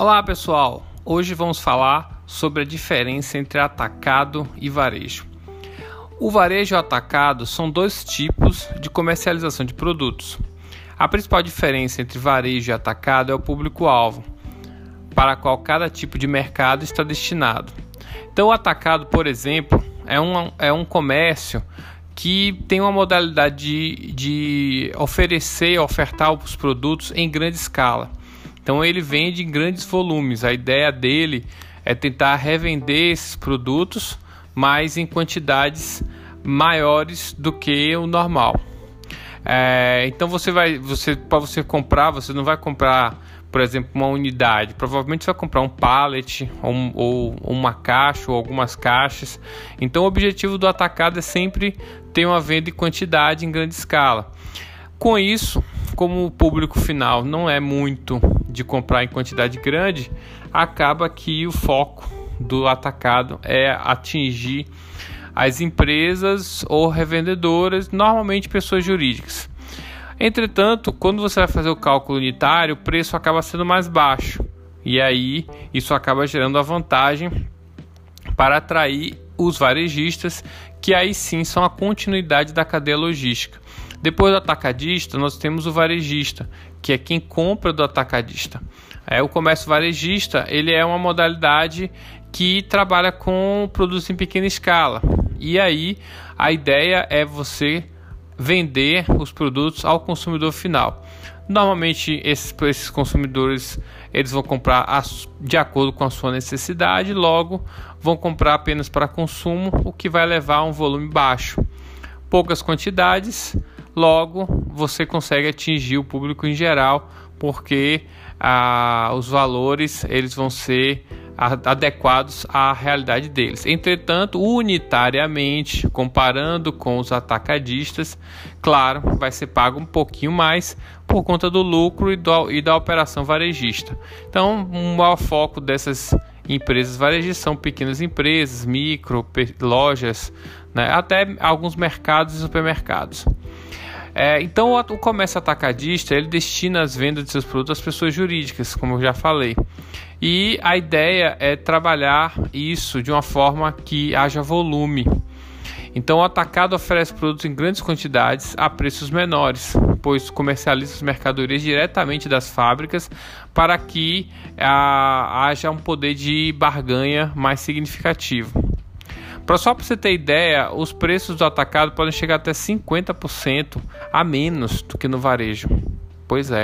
Olá pessoal, hoje vamos falar sobre a diferença entre atacado e varejo. O varejo e o atacado são dois tipos de comercialização de produtos. A principal diferença entre varejo e atacado é o público-alvo, para qual cada tipo de mercado está destinado. Então o atacado, por exemplo, é um comércio que tem uma modalidade de ofertar os produtos em grande escala. Então ele vende em grandes volumes. A ideia dele é tentar revender esses produtos, mas em quantidades maiores do que o normal. Então para você comprar, você não vai comprar, por exemplo, uma unidade. Provavelmente você vai comprar um pallet ou uma caixa ou algumas caixas. Então o objetivo do atacado é sempre ter uma venda em quantidade em grande escala. Com isso, como o público final não é muito de comprar em quantidade grande, acaba que o foco do atacado é atingir as empresas ou revendedoras, normalmente pessoas jurídicas. Entretanto, quando você vai fazer o cálculo unitário, o preço acaba sendo mais baixo, e aí isso acaba gerando a vantagem para atrair os varejistas, que aí sim são a continuidade da cadeia logística. Depois do atacadista, nós temos o varejista, que é quem compra do atacadista. O comércio varejista, ele é uma modalidade que trabalha com produtos em pequena escala. E aí, a ideia é você vender os produtos ao consumidor final. Normalmente, esses consumidores eles vão comprar de acordo com a sua necessidade, logo vão comprar apenas para consumo, o que vai levar a um volume baixo. Poucas quantidades, logo você consegue atingir o público em geral, porque os valores eles vão ser adequados à realidade deles. Entretanto, unitariamente, comparando com os atacadistas, claro, vai ser pago um pouquinho mais por conta do lucro e da operação varejista. Então, o maior foco dessas empresas varejistas são pequenas empresas, micro, lojas, né, até alguns mercados e supermercados. Então o comércio atacadista ele destina as vendas de seus produtos às pessoas jurídicas, como eu já falei, e a ideia é trabalhar isso de uma forma que haja volume. Então o atacado oferece produtos em grandes quantidades a preços menores, pois comercializa as mercadorias diretamente das fábricas para que haja um poder de barganha mais significativo. Só para você ter ideia, os preços do atacado podem chegar até 50% a menos do que no varejo. Pois é.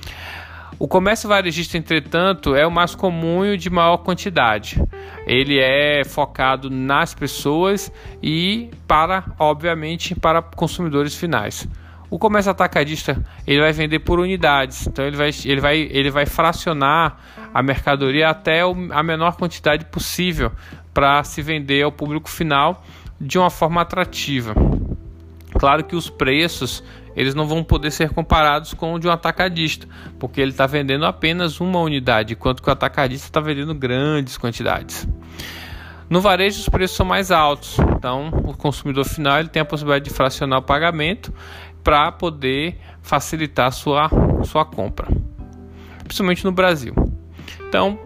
O comércio varejista, entretanto, é o mais comum e o de maior quantidade. Ele é focado nas pessoas e obviamente, para consumidores finais. O comércio atacadista ele vai vender por unidades, então ele vai fracionar a mercadoria até a menor quantidade possível para se vender ao público final de uma forma atrativa. Claro que os preços eles não vão poder ser comparados com o de um atacadista, porque ele está vendendo apenas uma unidade, enquanto que o atacadista está vendendo grandes quantidades. No varejo os preços são mais altos, então o consumidor final ele tem a possibilidade de fracionar o pagamento para poder facilitar a sua compra, principalmente no Brasil. Então,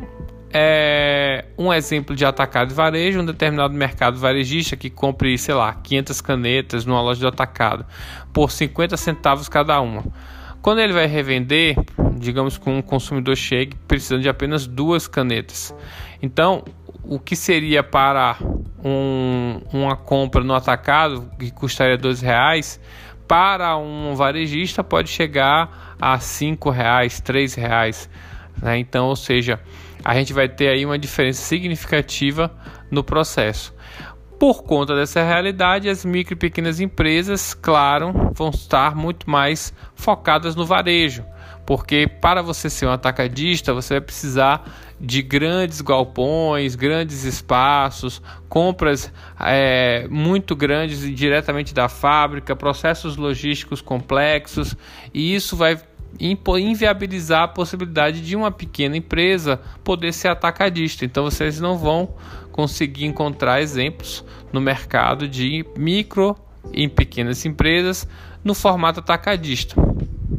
um exemplo de atacado e varejo, um determinado mercado varejista que compre, 500 canetas numa loja de atacado por 50 centavos cada uma. Quando ele vai revender, digamos que um consumidor chegue precisando de apenas 2 canetas. Então, o que seria para uma compra no atacado que custaria R$2, para um varejista pode chegar a R$5, R$3, né? Então, ou seja, a gente vai ter aí uma diferença significativa no processo. Por conta dessa realidade, as micro e pequenas empresas, claro, vão estar muito mais focadas no varejo, porque para você ser um atacadista, você vai precisar de grandes galpões, grandes espaços, compras muito grandes diretamente da fábrica, processos logísticos complexos, e isso vai inviabilizar a possibilidade de uma pequena empresa poder ser atacadista. Então vocês não vão conseguir encontrar exemplos no mercado de micro e pequenas empresas no formato atacadista.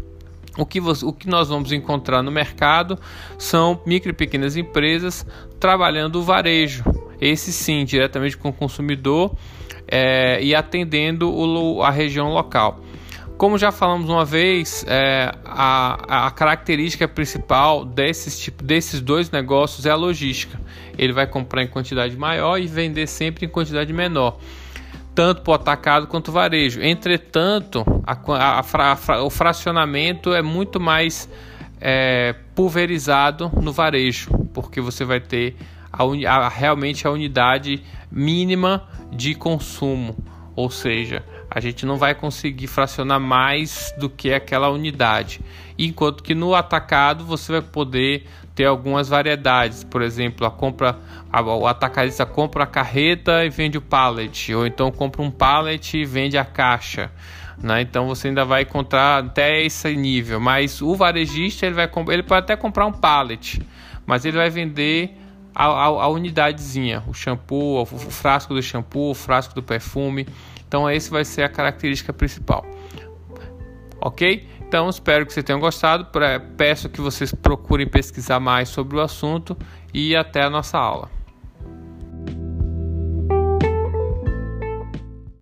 O que nós vamos encontrar no mercado são micro e pequenas empresas trabalhando o varejo, esse sim, diretamente com o consumidor e atendendo a região local. Como já falamos uma vez, a característica principal desses dois negócios é a logística. Ele vai comprar em quantidade maior e vender sempre em quantidade menor, tanto para o atacado quanto o varejo. Entretanto, o fracionamento é muito mais pulverizado no varejo, porque você vai ter realmente a unidade mínima de consumo, ou seja, a gente não vai conseguir fracionar mais do que aquela unidade, enquanto que no atacado você vai poder ter algumas variedades. Por exemplo, o atacadista compra a carreta e vende o pallet, ou então compra um pallet e vende a caixa, né? Então você ainda vai encontrar até esse nível, mas o varejista ele pode até comprar um pallet, mas ele vai vender a unidadezinha, o shampoo, o frasco do shampoo, o frasco do perfume. Então esse vai ser a característica principal. Ok? Então espero que vocês tenham gostado. Peço que vocês procurem pesquisar mais sobre o assunto e até a nossa aula.